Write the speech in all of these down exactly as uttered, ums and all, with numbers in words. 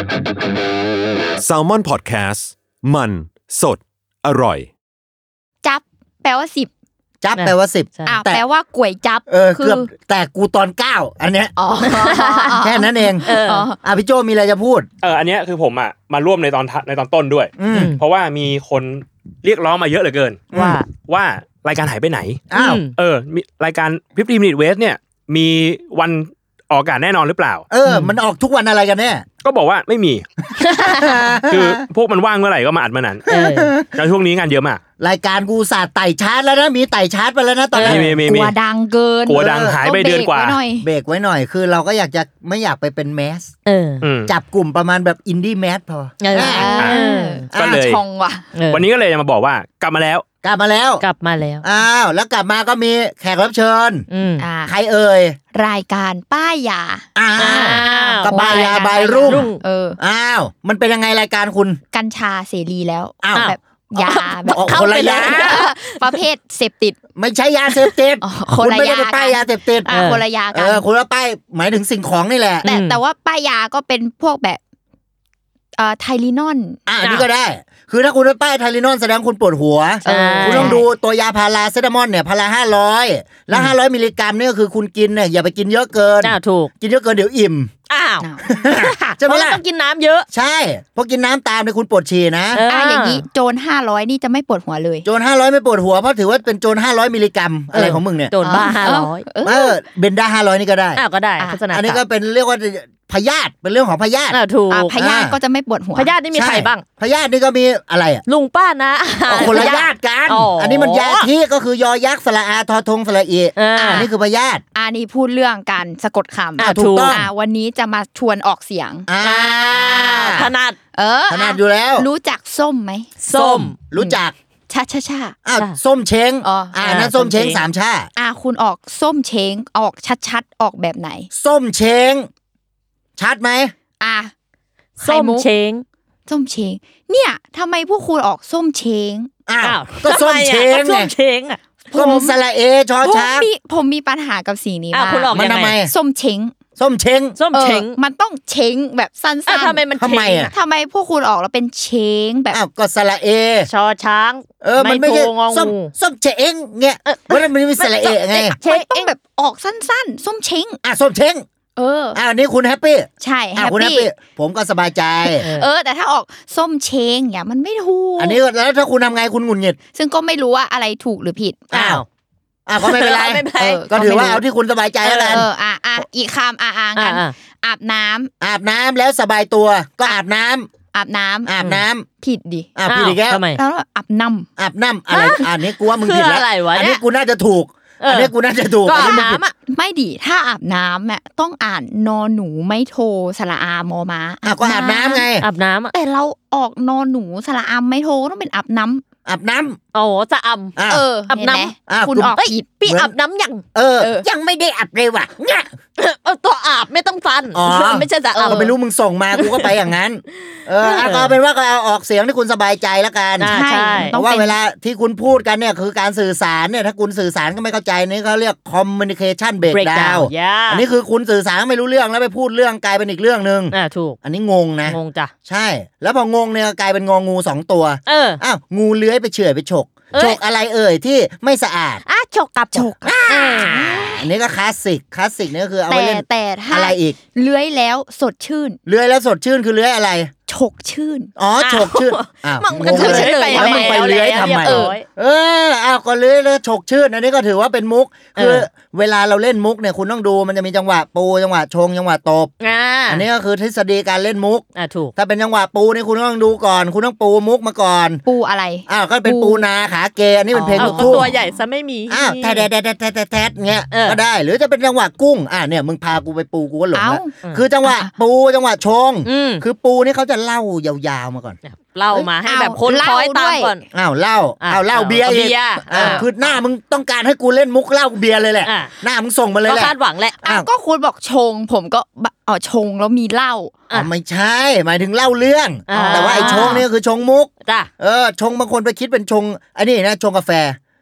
Salmon Podcast มันสดอร่อยจับแปลว่าสิบจับแปลว่าสิบอ่าแปลว่าก๋วยจับเออเกือบแต่กูตอนเก้าอันเนี้ยแค่นั้นเองเอออ่ะพี่โจมีอะไรจะพูดเอออันเนี้ยคือผมอ่ะมาร่วมในตอนในตอนต้นด้วยเพราะว่ามีคนเรียกร้องมาเยอะเหลือเกินว่าว่ารายการหายไปไหนอ้าวเออมีรายการfifty minute West เนี่ยมีวันออกอากาศแน่นอนหรือเปล่าเออมันออกทุกวันอะไรกันแน่ก็บอกว่าไม่มี คือพวกมันว่างเมื่อไหร่ก็มาอัดมานั้นแล้วช่วงนี้งานเยอะมากรายการกูศาสตร์ไต่ชาร์จแล้วนะมีไต่ชาร์จไปแล้วนะตอนนี้กลัวดังเกินกลัวดังหายไปเดือนกว่าเบรกไว้หน่อยคือเราก็อยากจะไม่อยากไปเป็นแมสจับกลุ่มประมาณแบบอินดี้แมสพอก็เลยชงว่ะวันนี้ก็เลยจะมาบอกว่ากลับมาแล้วกลับมาแล้วกลับมาแล้วอ้าวแล้วกลับมาก็มีแขกรับเชิญใครเอ่ยรายการป้ายยาอ้าวกับป้ายยาใบรุ่งเอออ้าวมันเป็นยังไงรายการคุณกัญชาเสรีแล้วแบบยาแบบคนละยาประเภทเสพติดไม่ใช่ยาเสพติดคุณไม่ได้ไปป้ายยาเสพติดคนละยากันเออคุณว่าป้ายหมายถึงสิ่งของนี่แหละแต่แต่ว่าป้ายยาก็เป็นพวกแบบเอ่อไทลินอลอ่ะอันนี้ก็ได้คือถ้าคุณไปป้ายไทลินอลแสดงคุณปวดหัวคุณต้องดูตัวยาพาราเซตามอลเนี่ยพาราห้าร้อยแล้วห้าร้อยมิลลิกรัมเนี่ยคือคุณกินเนี่ยอย่าไปกินเยอะเกินอ้าวถูกกินเยอะเกินเดี๋ยวอิ่มอ้าวจะไม่ต้องกินน้ำเยอะใช่เพราะกินน้ำตามเนี่ยคุณปวดฉี่นะอ่าอย่างนี้โจรห้าร้อยนี่จะไม่ปวดหัวเลยโจรห้าร้อยไม่ปวดหัวเพราะถือว่าเป็นโจรห้าร้อยมิลลิกรัมอะไรของมึงเนี่ยโจรบ้าห้าร้อยเออเบนด้าห้าร้อยนี่ก็ได้อ้าวก็ได้อันนี้ก็เป็นเรียกว่าพยาธิเป็นเรื่องของพยาธิอ่าถูกพยาธิก็จะไม่ปวดหัวพยาธินี่มีใครบ้างพยาธินี่ก็มีอะไรอ่ะลุงป้านะคนละญาติกันอันนี้มันยาที่ก็คือยอยักษ์สระอาทอทงสระอีอันนี้คือพยาธิอันนี้พูดเรื่องการสะกดคำอ่าถูกต้องวันนี้จะมาชวนออกเสียงอ่าถนัดเออถนัดอยู่แล้วรู้จักส้มไหมส้มรู้จักชาชาชาอ้าวส้มเช้งอ่านั่นส้มเช้งสามชาอ่าคุณออกส้มเช้งออกชัดๆออกแบบไหนส้มเช้งชัดไหมอ่ะส้มเช้งส้มเช้งเนี่ยทำไมพวกคุณออกส้มเช้งอ้าวก็ส้มเช้งไงส้มเช้งอ่ะผมสระเอชอช้างผมมีผมมีปัญหากับสีนี้มากมันทำไมส้มเช้งส้มเช้งส้มเช้งมันต้องเช้งแบบสั้นๆทำไมมันทำไมอ่ะทำไมพวกคุณออกแล้วเป็นเช้งแบบอ้าวก็สระเอชอช้างเออมันไม่ใช่ส้มส้มเช้งเงี้ยว่ามันไม่สระเอไงมันต้องแบบออกสั้นๆส้มเช้งอ่ะส้มเช้งเอออ่านี่คุณแฮปปี้ใช่แฮปปี้ผมก็สบายใจเออแต่ถ้าออกส้มเช้งเนี่ยมันไม่ถูกอันนี้แล้วถ้าคุณทำไงคุณหงุดหงิดซึ่งก็ไม่รู้ว่าอะไรถูกหรือผิดอ้าวอ่ะก็ไม่เป็นไรก็ถือว่าเอาที่คุณสบายใจแล้วกันเอออ่ะอ่ะอีกคำอ่ะอ่ะกันอาบน้ำอาบน้ำแล้วสบายตัวก็อาบน้ำอาบน้ำอาบน้ำผิดดิอ่ะผิดอีกแล้วแล้วอาบน้ำอาบน้ำอะไรอันนี้กูว่ามึงผิดแล้วอันนี้กูน่าจะถูกอันนี้กูน่าจะถูกอาบน้ำอ่ะไม่ดิถ้าอาบน้ำอ่ะต้องอ่านนอหนูไม่โทสระอามอม้าอ่ะก็อาบน้ำไงอาบน้ำแต่เราออกนอหนูสระอามไม่โทต้องเป็นอาบน้ำอาบน้ำโอ้จะอำเอออาบน้ำคุณออกผิดพี่อาบน้ำยังเออยังไม่ได้อาบเลยว่ะเนี่ยเออตัวอาบไม่ต้องฟันไม่ใช่จะอาบก็ไม่รู้มึงส่งมากูก็ไปอย่างนั้นเออก็เป็นว่าก็เอาออกเสียงที่คุณสบายใจแล้วกันใช่เพราะว่าเวลาที่คุณพูดกันเนี่ยคือการสื่อสารเนี่ยถ้าคุณสื่อสารก็ไม่เข้าใจนี่เขาเรียก communication breakdown อันนี้คือคุณสื่อสารไม่รู้เรื่องแล้วไปพูดเรื่องกลายเป็นอีกเรื่องนึงอ่าถูกอันนี้งงนะงงจ้ะใช่แล้วพองงเนี่ยกลายเป็นงองูสองตัวเอออ้าวงูเลื้อยไปเฉื่อยไปฉกฉกอะไรเอ่ยที่ไม่สะอาดอ่ะฉกกับฉกอันนี้ก็คลาสสิกคลาสสิกนี่ก็คือเอาไว้เล่นแต่ถ้าอะไรอีกเลื้อยแล้วสดชื่นเลื้อยแล้วสดชื่นคือเลื้อยอะไรฉกชื่นอ๋อฉกชื่นอ้าวมันก็เฉยไปแล้วมึงไปเลื้อยทำไมเอออ้าวก็เลื้อยแล้วฉกชื่นอันนี้ก็ถือว่าเป็นมุกคือเวลาเราเล่นมุกเนี่ยคุณต้องดูมันจะมีจังหวะปูจังหวะชงจังหวะตบอันนี้ก็คือทฤษฎีการเล่นมุกอ่าถูกถ้าเป็นจังหวะปูนี่คุณต้องดูก่อนคุณต้องปูมุกมาก่อนปูอะไรอ้าวก็เป็นปูนาขาเกอันนี้เป็นเพลงลูกทุ่งตัวใหญ่ซะไม่มีอ้าวแทะแทะแทะแทะแทะเงี้ยก็ได้หรือจะเป็นจังหวะกุ้งอ่ะเนี่ยมึงพากูไปปูกูก็หลงแล้วคือจังหวะปูจังหวะชงคือปูนี่เขาจะเล่ายาวๆมาก่อนเล่ามาให้แบบคนคอยตามก่อนอ้าวเล่าอ้าวเล่าเบียร์อีกอ่าคือหน้ามึงต้องการให้กูเล่นมุกเล่าเบียร์เลยแหละหน้ามึงส่งมาเลยแหละก็คาดหวังแหละอ้าวก็คุณบอกชงผมก็อ๋อชงแล้วมีเหล้าอ๋อไม่ใช่หมายถึงเล่าเรื่องแต่ว่าไอ้ชงนี่คือชงมุกจ้ะเออชงบางคนไปคิดเป็นชงอันนี้นะชงกาแฟ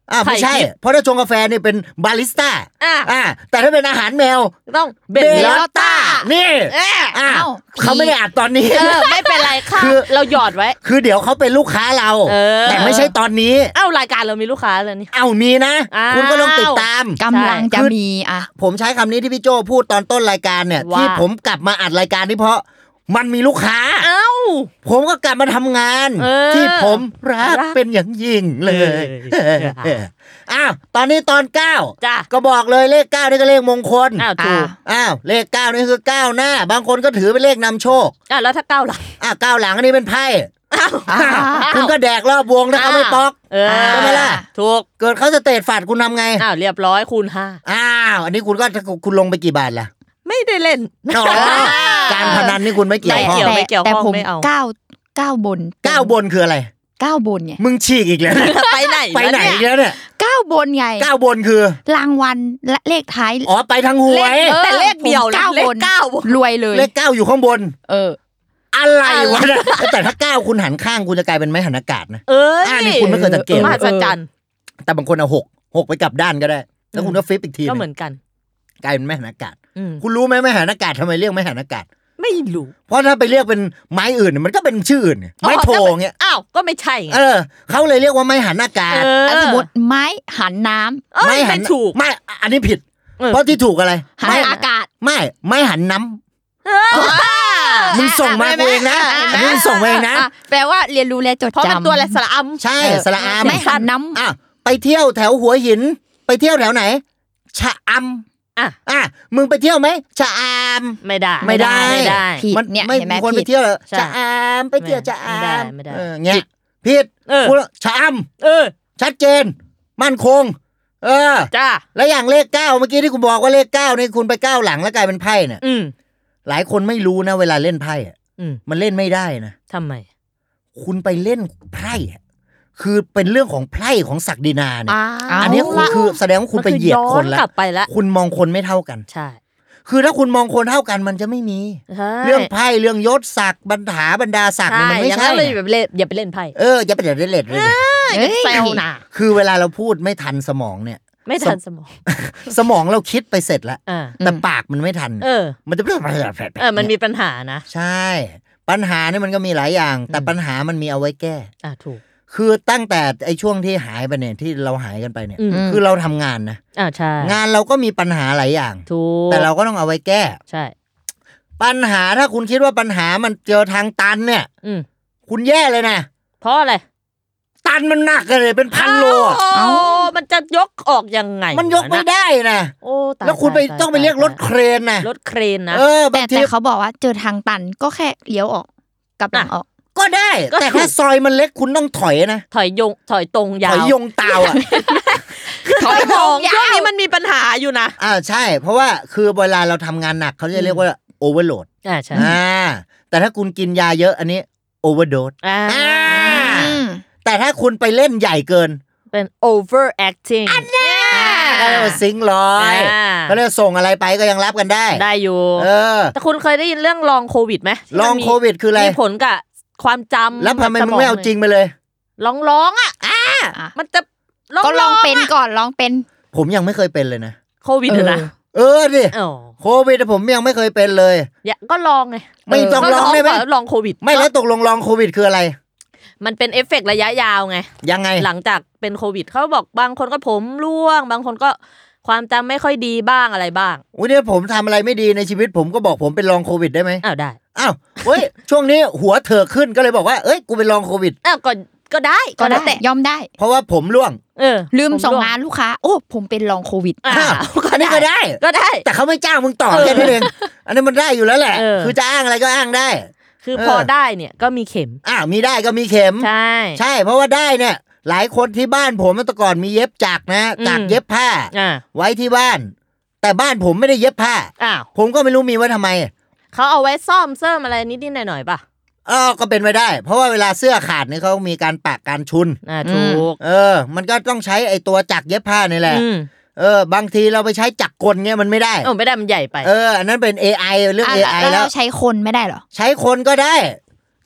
อ่าไม่ใช่เพราะถ้าชงกาแฟนี่เป็นบาริสต้าอ่าอ่าแต่ถ้าเป็นอาหารแมวต้องเบลลอต้านี่อ้าวเขาไม่ได้อัดตอนนี้เออไม่เป็นไรค่ะเราหยอดไว้คือเดี๋ยวเขาเป็นลูกค้าเราแต่ไม่ใช่ตอนนี้เอ้ารายการเรามีลูกค้าเลยนี่เอ้ามีนะคุณก็ต้องติดตามกำลังจะมีอ่ะผมใช้คำนี้ที่พี่โจพูดตอนต้นรายการเนี่ยที่ผมกลับมาอัดรายการนี่เพราะมันมีลูกค้าเอ้าผมก็กลับมาทำงานที่ผมรักเป็นอย่างยิ่งเลยอ้าวตอนนี้ตอนเก้าก็บอกเลยเลขเก้านี่ก็เลขมงคลอ้าวถูกอ้าวเลขเก้านี่คือก้าวหน้าบางคนก็ถือเป็นเลขนำโชคอ่ะแล้วถ้าเก้าหลังอ่ะเก้าหลังอันนี้เป็นไพ่คุณก็แดกรอบวงถ้าเขาไม่ป๊อกใช่ไหมล่ะถูกเกิดเขาจะเตะฝาดคุณทำไงอ้าวเรียบร้อยคูณห้าอ้าวอันนี้คุณก็คุณลงไปกี่บาทล่ะไม่ได้เล่นการพนันนี่คุณไม่เกี่ยวข้องไม่เกี่ยวข้องไม่เอาเก้าเก้าบนเก้าบนคืออะไรเก้าบนไงมึงฉีกอีกแล้วไปไหนไปไหนอีกแล้วเนี่ยเก้าบนไงเก้าบนคือรางวัลและเลขท้ายอ๋อไปทางหวยแต่เลขเดียวเก้าบนเก้ารวยเลยเลขเก้าอยู่ข้างบนเอออะไรวะเนี่ยแต่ถ้าเก้าคุณหันข้างคุณจะกลายเป็นไม้หันอากาศนะเอออันนี้คุณไม่เคยสังเกตมหัศจรรย์แต่บางคนเอาหกหกไปกลับด้านก็ได้แล้วคุณก็ฟลิปอีกทีก็เหมือนกันกลายเป็นไม้หันอากาศคุณรู้ไหมไม้หันอากาศทำไมเรียกไม้หันอากาศไม่รู้เพราะถ้าไปเรียกเป็นไม้อื่นมันก็เป็นชื่ออื่นไม้โทเงี้ยอ้าวก็ไม่ใช่ไงเออเขาเลยเรียกว่าไม้หันอากาศสมมติไม้หันน้ำไม่หันถูกไม่อันนี้ผิดเพราะที่ถูกอะไรหันอากาศไม่ไม้หันน้ำมึงส่งมาเองนะมึงส่งมาเองนะแปลว่าเรียนรู้และจดจำเพราะเป็นตัวอะไรสระอัมใช่สระอัมไม้หันน้ำอ่ะไปเที่ยวแถวหัวหินไปเที่ยวแถวไหนชะอำอ่ะอ่ะมึงไปเที่ยวไหมชะอำไม่ได้ไม่ได้ไม่ได้มันเนี่ยไม่มีคนไปเที่ยวเลยชะอำไปเที่ยวชะอำไม่ได้เออเงี้ยผิดคุณชะอำเออชัดเจนมั่นคงเออจ้าแล้วอย่างเลขเก้าเมื่อกี้ที่คุณบอกว่าเลขเก้านี่คุณไปเก้าหลังแล้วกลายเป็นไพ่เนี่ยหลายคนไม่รู้นะเวลาเล่นไพ่อ่ะมันเล่นไม่ได้นะทำไมคุณไปเล่นไพ่คือเป็นเรื่องของไพ่ของศักดินาเนี่ยอันนี้คุณคือแสดงว่าคุณไปเหยียดคนแล้วคุณมองคนไม่เท่ากันใช่คือถ้าคุณมองคนเท่ากันมันจะไม่มีเรื่องไพ่เรื่องยศศักดิ์บรรดาบรรดาศักดิ์เนี่ยมันไม่ใช่เลยแบบเล่นอย่าไปเล่นไพ่เอออย่าไปเล่นเล่นเลยเซลนะคือเวลาเราพูดไม่ทันสมองเนี่ยไม่ทันสมองสมองเราคิดไปเสร็จแล้วแต่ปากมันไม่ทันเออมันจะเออมันมีปัญหานะใช่ปัญหาเนี่ยมันก็มีหลายอย่างแต่ปัญหามันมีเอาไว้แก้อ่ะถูกคือตั้งแต่ไอ้ช่วงที่หายไปเนี่ยที่เราหายกันไปเนี่ยคือเราทำงานนะอ่าใช่งานเราก็มีปัญหาหลายอย่างถูกแต่เราก็ต้องเอาไว้แก้ใช่ปัญหาถ้าคุณคิดว่าปัญหามันเจอทางตันเนี่ยคุณแย่เลยนะเพราะอะไรตันมันหนักเลยเป็นพันโลอ๋อมันจะยกออกยังไงมันยกไม่ได้นะโอ้แล้วคุณไปต้องไปเรียกรถเครนนะรถเครนนะเออแต่แต่เขาบอกว่าเจอทางตันก็แค่เลี้ยวออกกลับหลังออกก็ได้แต่ถ้าซอยมันเล็กคุณต้องถอยนะถอยยงถอยตรงยาวถอยยงตาวอ่ะถอยตรงช่วงนี้มันมีปัญหาอยู่นะอ่าใช่เพราะว่าคือเวลาเราทำงานหนักเขาจะเรียกว่าโอเวอร์โหลดอ่าใช่อ่าแต่ถ้าคุณกินยาเยอะอันนี้โอเวอร์โดสอ่าแต่ถ้าคุณไปเล่นใหญ่เกินเป็น over acting อันนี้ก็เรียกว่าซิงลอยก็เรียกส่งอะไรไปก็ยังรับกันได้ได้อยู่เออแต่คุณเคยได้ยินเรื่องลองโควิดไหมลองโควิดคืออะไรมีผลกับความจำแล้วทำไมมึงไม่เอาจริงไปเลยลองร้องอ่ะมันจะก็ลองเป็นก่อนลองเป็นผมยังไม่เคยเป็นเลยนะโควิดนะเออดิโควิดผมยังไม่เคยเป็นเลยก็ลองไงไม่ต้องลองได้ไหมลองโควิดไม่แล้วตกลงลองโควิดคืออะไรมันเป็นเอฟเฟกต์ระยะยาวไงยังไงหลังจากเป็นโควิดเขาบอกบางคนก็ผมร่วงบางคนก็ความจำไม่ค่อยดีบ้างอะไรบ้างอุ้ยเนี่ยผมทำอะไรไม่ดีในชีวิตผมก็บอกผมเป็นลองโควิดได้ไหมอ้าวได้อ้าวเฮ้ยช่วงนี้หัวเถิกขึ้นก็เลยบอกว่าเอ้ยกูเป็นลองโควิดอ้าวก็ก็ได้ก็ได้ยอมได้เพราะว่าผมร่วงเออลืมส่งงานลูกค้าโอ้ผมเป็นลองโควิดอ้าวอันนี้ก็ได้ก็ได้แต่เขาไม่จ้างมึงต่อแค่นั้นเองอันนี้มันได้อยู่แล้วแหละคือจะอ้างอะไรก็อ้างได้คือพอได้เนี่ยก็มีเข็มอ้าวมีได้ก็มีเข็มใช่ใช่เพราะว่าได้เนี่ยหลายคนที่บ้านผมเมื่อก่อนมีเย็บจักรนะจักรเย็บผ้าไว้ที่บ้านแต่บ้านผมไม่ได้เย็บผ้าอ้าวผมก็ไม่รู้มีไว้ทำไมเขาเอาไว้ซ่อมเสริมอะไรนิดๆหน่อยๆป่ะเออก็เป็นไปได้เพราะว่าเวลาเสื้อขาดเนี่ยเขามีการปะการชุนอ่าถูกเออมันก็ต้องใช้ไอ้ตัวจักรเย็บผ้านี่แหละเออบางทีเราไปใช้จักรกลเงี้ยมันไม่ได้เออไม่ได้มันใหญ่ไปเอออันนั้นเป็น เอ ไอ เรื่อง เอ ไอ แล้วใช้คนไม่ได้หรอใช้คนก็ได้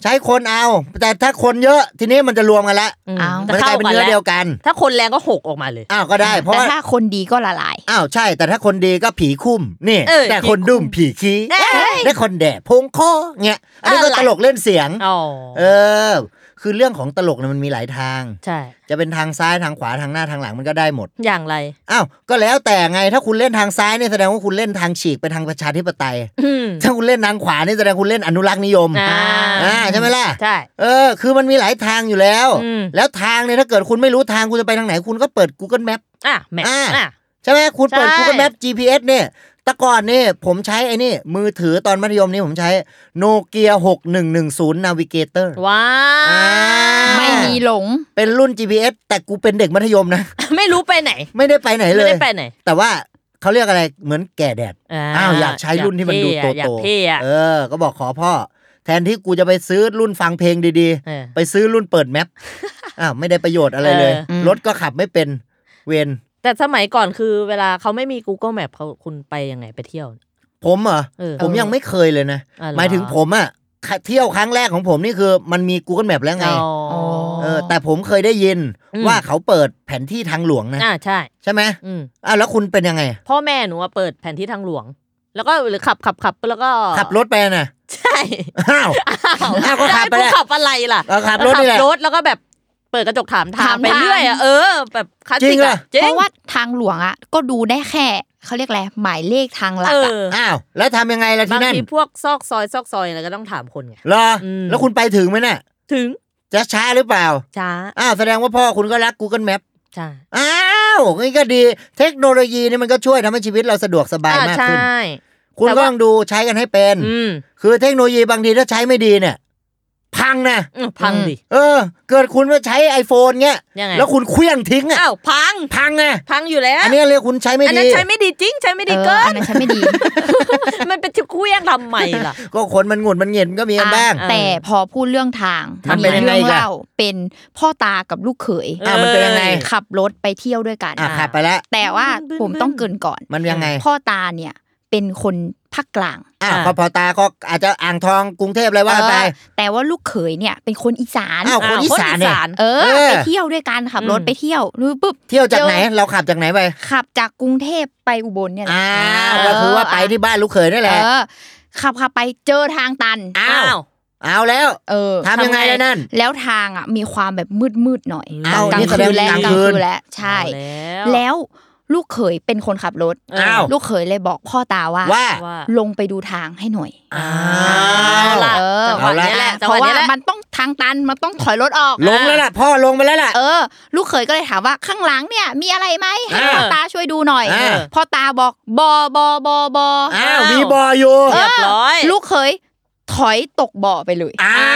ใช้คนเอาแต่ถ้าคนเยอะทีนี้มันจะรวมกันละอ้าวมันกลายเป็นเนื้อเดียวกันถ้าคนแรงก็หกออกมาเลยอ้าวก็ได้เพราะแต่ถ้าคนดีก็ละลายอ้าวใช่แต่ถ้าคนดีก็ผีคุ้มนี่แต่คนดุ้มผีขี้ได้คนแดดพงคอเงี้ยอันนี้ก็ตลกเล่นเสียงเออคือเรื่องของตลกเนี่ยมันมีหลายทางใช่จะเป็นทางซ้ายทางขวาทางหน้าทางหลังมันก็ได้หมดอย่างไรอ้าวก็แล้วแต่ไงถ้าคุณเล่นทางซ้ายนี่แสดงว่าคุณเล่นทางฉีกไปทางประชาธิปไตยถ้าคุณเล่นทางขวานี่แสดงคุณเล่นอนุรักษ์นิยมอ่าใช่ไหมล่ะใช่เออคือมันมีหลายทางอยู่แล้วแล้วทางเนี่ยถ้าเกิดคุณไม่รู้ทางคุณจะไปทางไหนคุณก็เปิด Google Map อ่ะแมปอ่ะใช่ไหมคุณเปิด Google Map จี พี เอส เนี่ยแต่ก่อนนี่ผมใช้ไอ้นี่มือถือตอนมัธยมนี่ผมใช้ Nokia หกหนึ่งหนึ่งศูนย์ Navigator ว้าไม่มีหลงเป็นรุ่น จี พี เอส แต่กูเป็นเด็กมัธยมนะไม่รู้ไปไหนไม่ได้ไปไหนเลยไม่ได้ไปไหนแต่ว่าเขาเรียกอะไรเหมือนแก่แดดอ้าวอยากใช้รุ่นที่มันดูโตๆเออก็บอกขอพ่อแทนที่กูจะไปซื้อรุ่นฟังเพลงดีๆไปซื้อรุ่นเปิดแมปอ้าวไม่ได้ประโยชน์อะไรเลยรถก็ขับไม่เป็นเวนแต่สมัยก่อนคือเวลาเขาไม่มี Google Map เขาคุณไปยังไงไปเที่ยวผมเหรอผมยังไม่เคยเลยนะหมายถึงผมอ่ะเที่ยวครั้งแรกของผมนี่คือมันมี Google Map แล้วไงเออแต่ผมเคยได้ยินว่าเขาเปิดแผนที่ทางหลวงนะอ่าใช่ใช่ไหมอืมอ้าวแล้วคุณเป็นยังไงพ่อแม่หนูเปิดแผนที่ทางหลวงแล้วก็หรือขับขับขับแล้วก็ขับรถไปน่ะใช่อ้าวอ้าวก็ขับไปขับอะไรล่ะขับรถนี่แหละรถแล้วก็แบบเปิดกระจกถามทางไปเรื่อยอ่ะเออแบบคลาสสิกอ่ะเพราะว่าทางหลวงอ่ะก็ดูได้แค่เขาเรียกอะไรหมายเลขทางหลักอ่ะอ้าวแล้วทำยังไงล่ะที่นั่นบางทีพวกซอกซอยซอกซอยอะไรก็ต้องถามคนไงเหรอแล้วคุณไปถึงไหมน่ะถึงจะช้าหรือเปล่าช้าอ้าวแสดงว่าพ่อคุณก็รัก Google Map ใช่อ้าวนี่ก็ดีเทคโนโลยีนี่มันก็ช่วยทำให้ชีวิตเราสะดวกสบายมากขึ้นคุณก็ต้องดูใช้กันให้เป็นคือเทคโนโลยีบางทีถ้าใช้ไม่ดีเนี่ยพังนะพังดิเออเกิดคุณมาใช้ iPhone เงี้ยแล้วคุณเคลื่องทิ้งอ่ะอ้าวพังพังไงพังอยู่แล้วอันนี้เรียกคุณใช้ไม่ดีอันนั้นใช้ไม่ดีจริงใช้ไม่ดีเกินอันนั้นใช้ไม่ดีมันเป็นเคลื่องทำใหม่ล่ะก็คนมันหงุดมันเหงียดก็มีกันบ้างแต่พอพูดเรื่องทางมันเป็นยังไงเล่าเป็นพ่อตากับลูกเขยอ่ามันเป็นยังไงขับรถไปเที่ยวด้วยกันอ่าขับไปแล้วแต่ว่าผมต้องเกินก่อนมันยังไงพ่อตาเนี่ยเป็นคนภาคกลางอ่าพอตาก็อาจจะอ่างทองกรุงเทพเลยว่าไปแต่ว่าลูกเขยเนี่ยเป็นคนอีสานอ้าวคนอีสานเนี่ยเออไปเที่ยวด้วยกันขับรถไปเที่ยวนู่นปุ๊บเที่ยวจากไหนเราขับจากไหนไปขับจากกรุงเทพไปอุบลเนี่ยอ้าวก็คือว่าไปที่บ้านลูกเขยนั่นแหละเออขับขับไปเจอทางตันอ้าวเอาแล้วเออทำยังไงเลยนั่นแล้วทางอ่ะมีความแบบมืดๆหน่อยกลางคืนแล้วกลางคืนแล้วใช่แล้วลูกเขยเป็นคนขับรถลูกเขยเลยบอกพ่อตาว่าลงไปดูทางให้หน่อยอ้าวเออเพราะว่ามันต้องทางตันมันต้องถอยรถออกลงแล้วล่ะพ่อลงไปแล้วล่ะเออลูกเขยก็เลยถามว่าข้างหลังเนี่ยมีอะไรไหมให้พ่อตาช่วยดูหน่อยพ่อตาบอกบอบอบอบออ้าวมีบออยู่เรียบร้อยลูกเขยถอยตกบ่อไปเลยอ้าว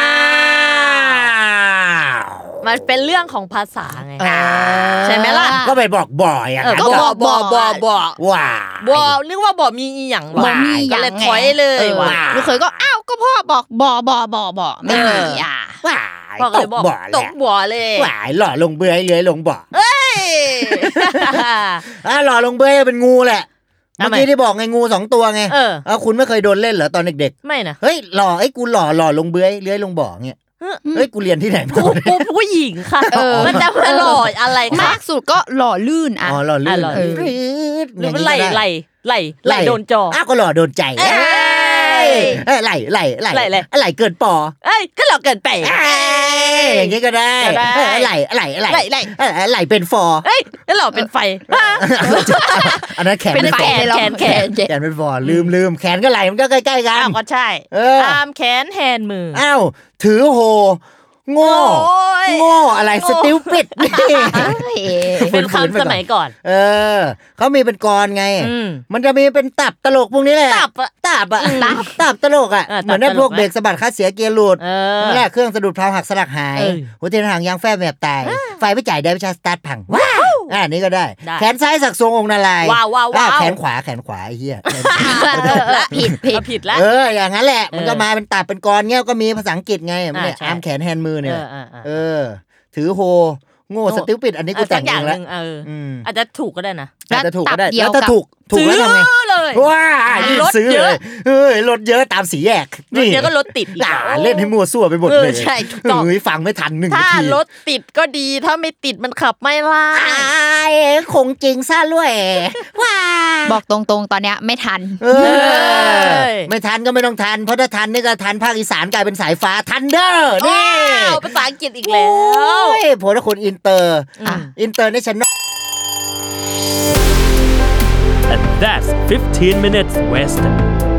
มันเป็นเรื่องของภาษาไงใช่ไหมล่ะก็ไปบอกบ่ออย่างนั้นก็บ่อบ่อบ่อบ่อว้าบ่อนึกว่าบ่อมีอีหยังบ่มีอย่างเลยถอยเลยว่ะลูกเขยก็อ้าวก็พ่อบอกบ่อบ่อบ่อบ่อไม่มีอ่ะว้าตกบ่อตกบ่อเลยว้าหล่อลงเบื่อเลื้อยลงบ่อเอ้ยอ่ะหล่อลงเบื่อเป็นงูแหละเมื่อกี้ที่บอกไงงูสองตัวไงเออคุณไม่เคยโดนเล่นเหรอตอนเด็กๆไม่นะเฮ้ยหล่อไอ้กูหล่อหล่อลงเบื่อเลื้อยลงบ่อเงี้ยเฮ้ยกูเรียนที่ไหนมากูผู้หญิงค่ะมันจะมาหล่ออะไรมากสุดก็หล่อลื่นอ่ะอ๋อหล่อลื่นหรือมันไหลไหลไหลไหลโดนจออ้าวก็หล่อโดนใจเอ้ยไหลไหลไหลไหลเกินปอเอ้ยก็หล่อเกินไปอย่างงี้ก็ได้ไหลไหลไหลไหลไหลเป็นฟอเอ้ยก็หล่อเป็นไฟอันนั้นแขนเป็นแขนแขนแขนแขนเป็นฟอลืมลืมแขนก็ไหลมันก็ใกล้ๆกันอ้าวก็ใช่อาร์มแขนแฮนด์มืออ้าวถือโหโง่โง่อะไรสติลปิดนี่เป็นคำสมัยก่อนเออเขามีเป็นกรไงมันจะมีเป็นตับตลกพวกนี้แหละตับตับอ่ะตับตลกอ่ะเหมือนได้พวกเบรกสะบัดคัดเสียเกียร์หลุดแรกเครื่องสะดุดเพลาหักสลักหายหัวเทียนห่างยางแฟบแบบตายไฟไม่จ่ายได้วิชาสตาร์ทพังว้าวอ่านี่ก็ได้แขนซ้ายสักทรงองค์นารายณ์ว้าวแขนขวาแขนขวาไอ้เหี้ยผิดผิดผิดแล้วเอออย่างนั้นแหละมันก็มาเป็นตับเป็นกรเงี้ยก็มีภาษาอังกฤษไงมันเนี่ยอาร์มแขนแฮนด์มือเนี่ยเออถือโฮโง่สติลปิดอันนี้กูแต่งเองแล้วอาจจะถูกก็ได้นะอาจจะถูกก็ได้แล้วถ้าถูกถูกแล้วทำไงเลยว้ารีบซื้อเลยเฮ้ยรถเยอะตามสีแยกนี่เดี๋ยวก็รถติดอีกเล่นให้มั่วซั่วไปหมดเลยใช่ถูกต้องเฮ้ยฟังไม่ทันหนึ่งนาทีถ้ารถติดก็ดีถ้าไม่ติดมันขับไม่ได้คงจริงซะด้วยว้าบอกตรงๆตอนเนี้ยไม่ทันไม่ทันก็ไม่ต้องทันเพราะถ้าทันนี่ก็ทันภาคอีสานกลายเป็นสายฟ้าทันเดอร์นี่ภาษาอังกฤษอีกแล้วผลคนอินเตอร์อินเตอร์เนชั่นแนล And that's fifteen minutes Western